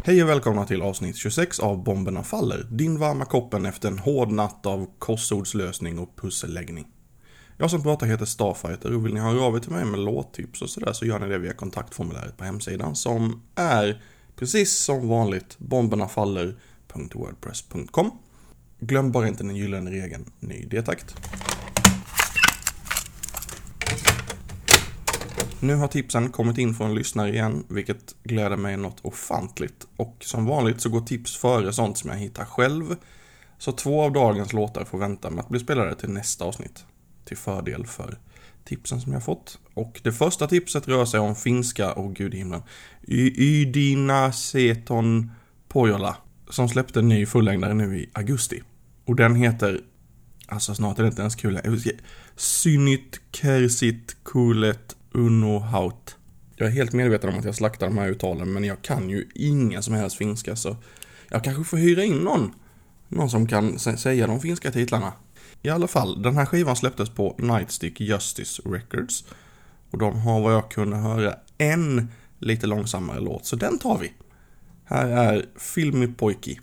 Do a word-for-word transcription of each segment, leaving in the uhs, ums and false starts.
Hej och välkomna till avsnitt tjugosex av Bomberna faller, din varma koppen efter en hård natt av korsordslösning och pusselläggning. Jag som pratar heter Starfighter och vill ni höra av er till mig med låttips och sådär så gör ni det via kontaktformuläret på hemsidan som är, precis som vanligt, bombernafaller punkt wordpress punkt com. Glöm bara inte den gyllene regeln, ny detakt. Nu har tipsen kommit in från lyssnare igen, vilket gläder mig något ofantligt. Och som vanligt så går tips före sånt som jag hittar själv. Så två av dagens låtar får vänta med att bli spelade till nästa avsnitt. Till fördel för tipsen som jag fått. Och det första tipset rör sig om finska och gudhimlen. Ydina Seton Pojola. Som släppte en ny fullängdare nu i augusti. Och den heter, alltså snart är det inte ens kul. Synit Kersit Kulet Unohaut. Jag är helt medveten om att jag slaktar de här uttalen, men jag kan ju ingen som helst finska, så jag kanske får hyra in någon. Någon som kan säga de finska titlarna. I alla fall, den här skivan släpptes på Nightstick Justice Records. Och de har vad jag kunde höra en lite långsammare låt, så den tar vi. Här är Filmi Poiki.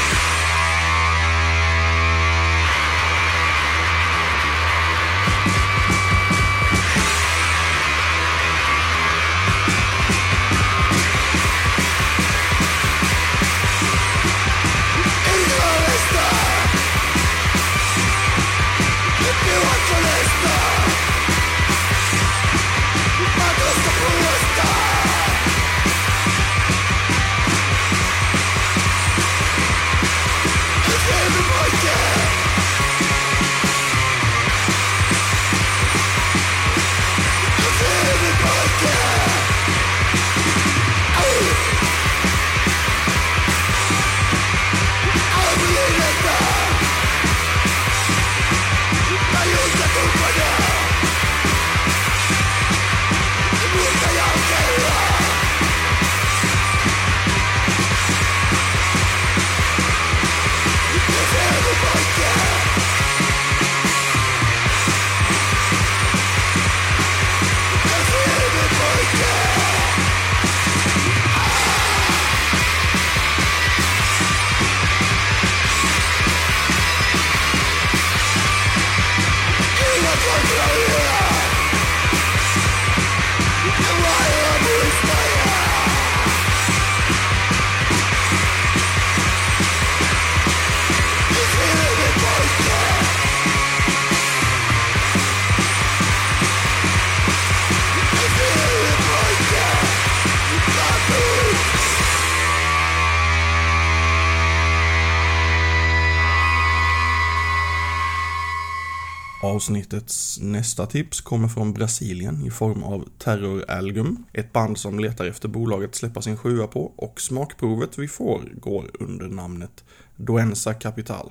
Avsnittets nästa tips kommer från Brasilien i form av Terror Algum, ett band som letar efter bolaget släppa sin sjua på, och smakprovet vi får går under namnet Doença Capital.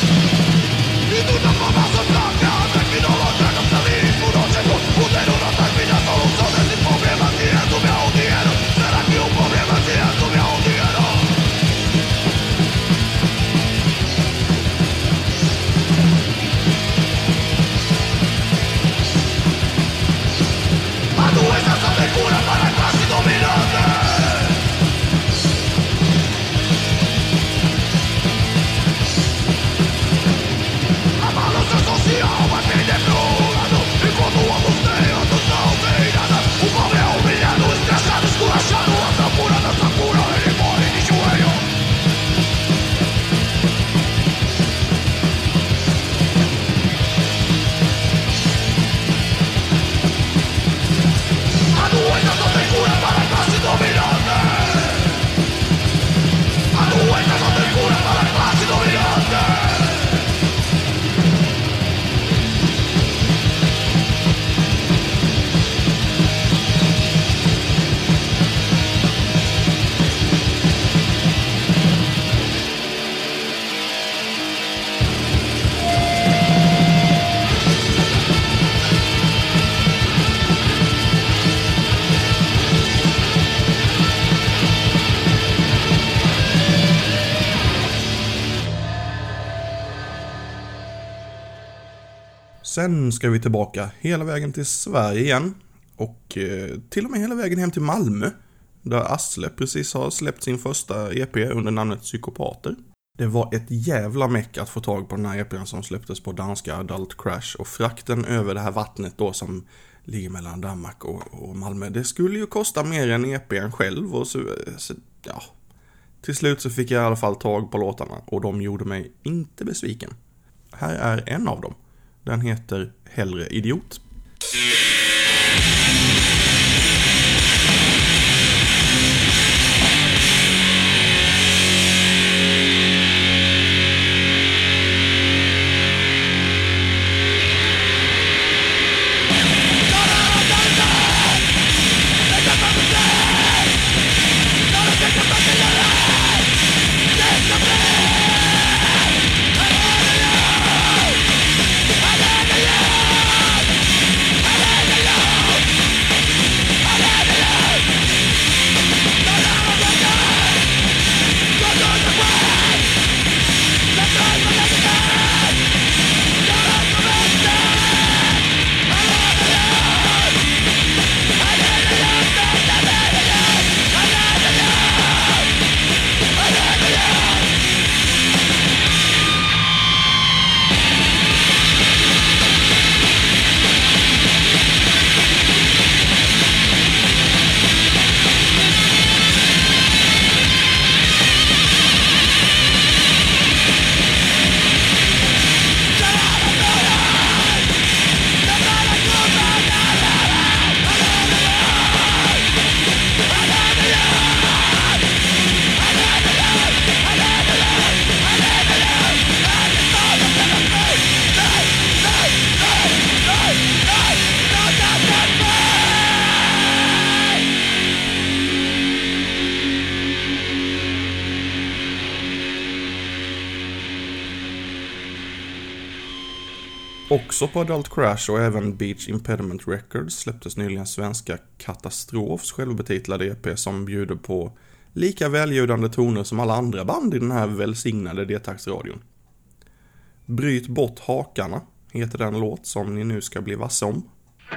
Minuta mamma som lagar, men min håller där de tar liv och de ser på, och det är några tack. Sen ska vi tillbaka hela vägen till Sverige igen. Och eh, till och med hela vägen hem till Malmö. Där Asle precis har släppt sin första E P under namnet Psykopater. Det var ett jävla meck att få tag på den här E P:n som släpptes på danska Adult Crash. Och frakten över det här vattnet då som ligger mellan Danmark och, och Malmö. Det skulle ju kosta mer än E P:n själv. Och så, så, ja. Till slut så fick jag i alla fall tag på låtarna. Och de gjorde mig inte besviken. Här är en av dem. Den heter Hellre Idiot. Också på Adult Crash och även Beach Impediment Records släpptes nyligen svenska Katastrofs självbetitlade E P som bjuder på lika väljudande toner som alla andra band i den här välsignade D-taktsradion. Bryt bort hakarna heter den låt som ni nu ska bli vassa om.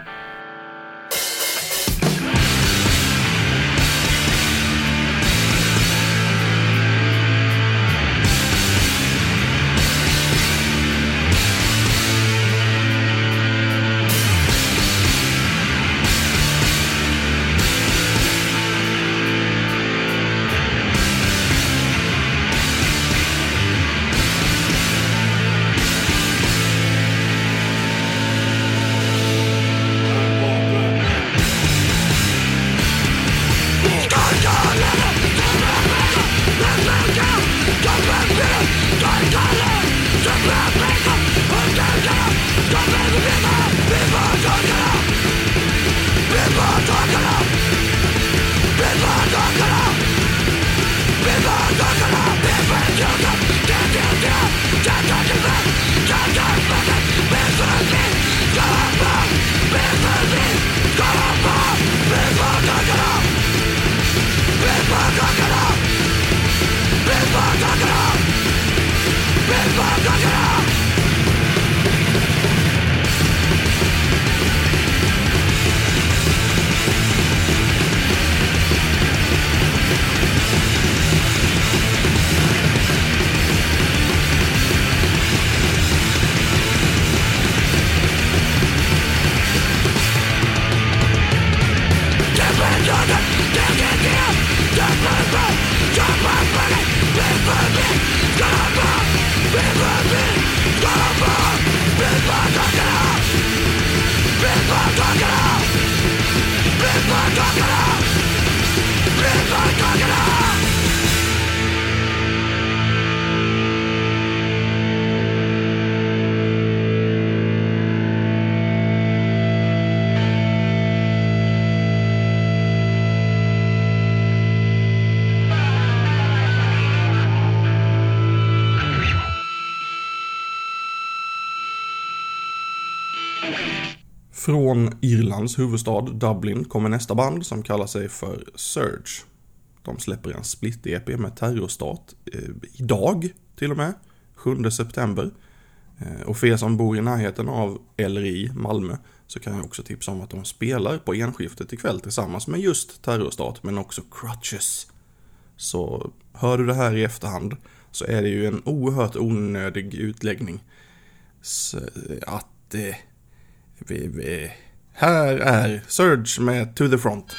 Från Irlands huvudstad Dublin kommer nästa band som kallar sig för Surge. De släpper en split-E P med Terrorstat eh, idag till och med, sjunde september. Och för er som bor i närheten av eller i Malmö så kan jag också tipsa om att de spelar på Enskiftet ikväll tillsammans med just Terrorstat men också Crutches. Så hör du det här i efterhand så är det ju en oerhört onödig utläggning. Så att eh, vi, vi, här är Surge med To the Front.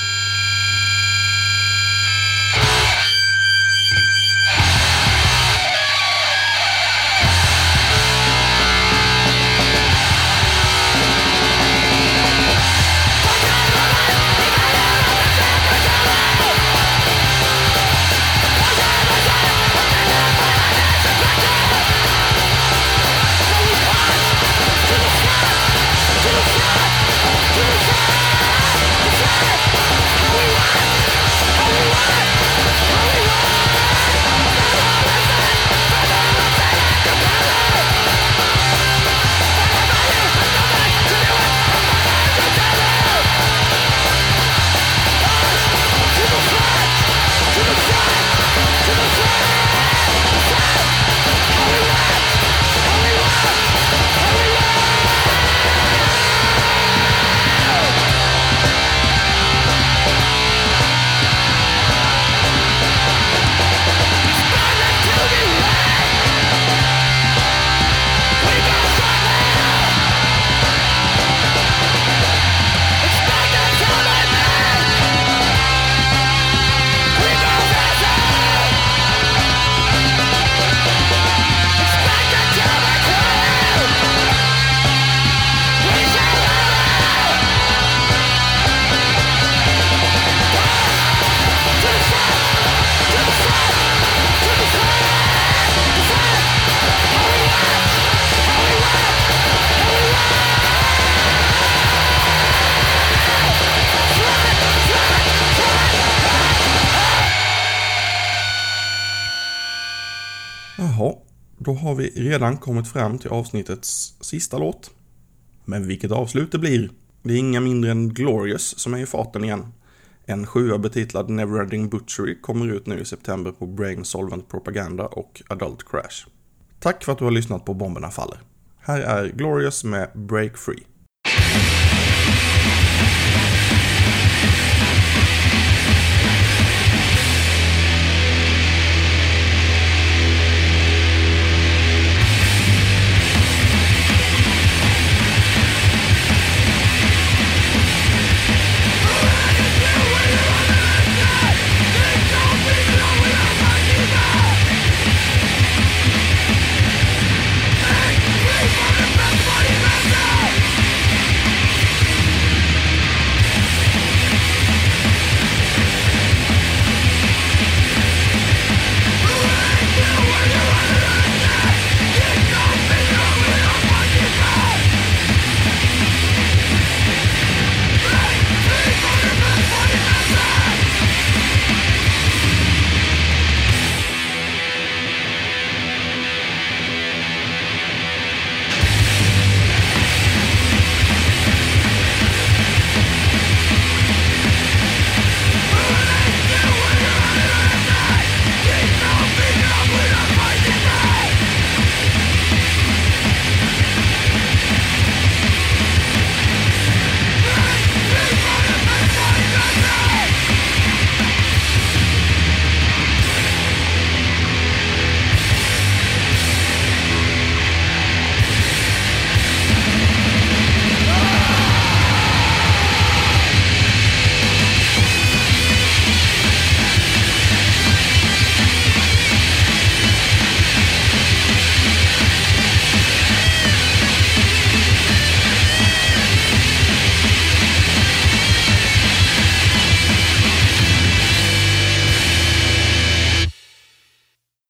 Jaha, då har vi redan kommit fram till avsnittets sista låt. Men vilket avslut det blir. Det är inga mindre än Glorious som är i farten igen. En sjua betitlad Neverending Butchery kommer ut nu i september på Brain Solvent Propaganda och Adult Crash. Tack för att du har lyssnat på Bomberna Faller. Här är Glorious med Break Free.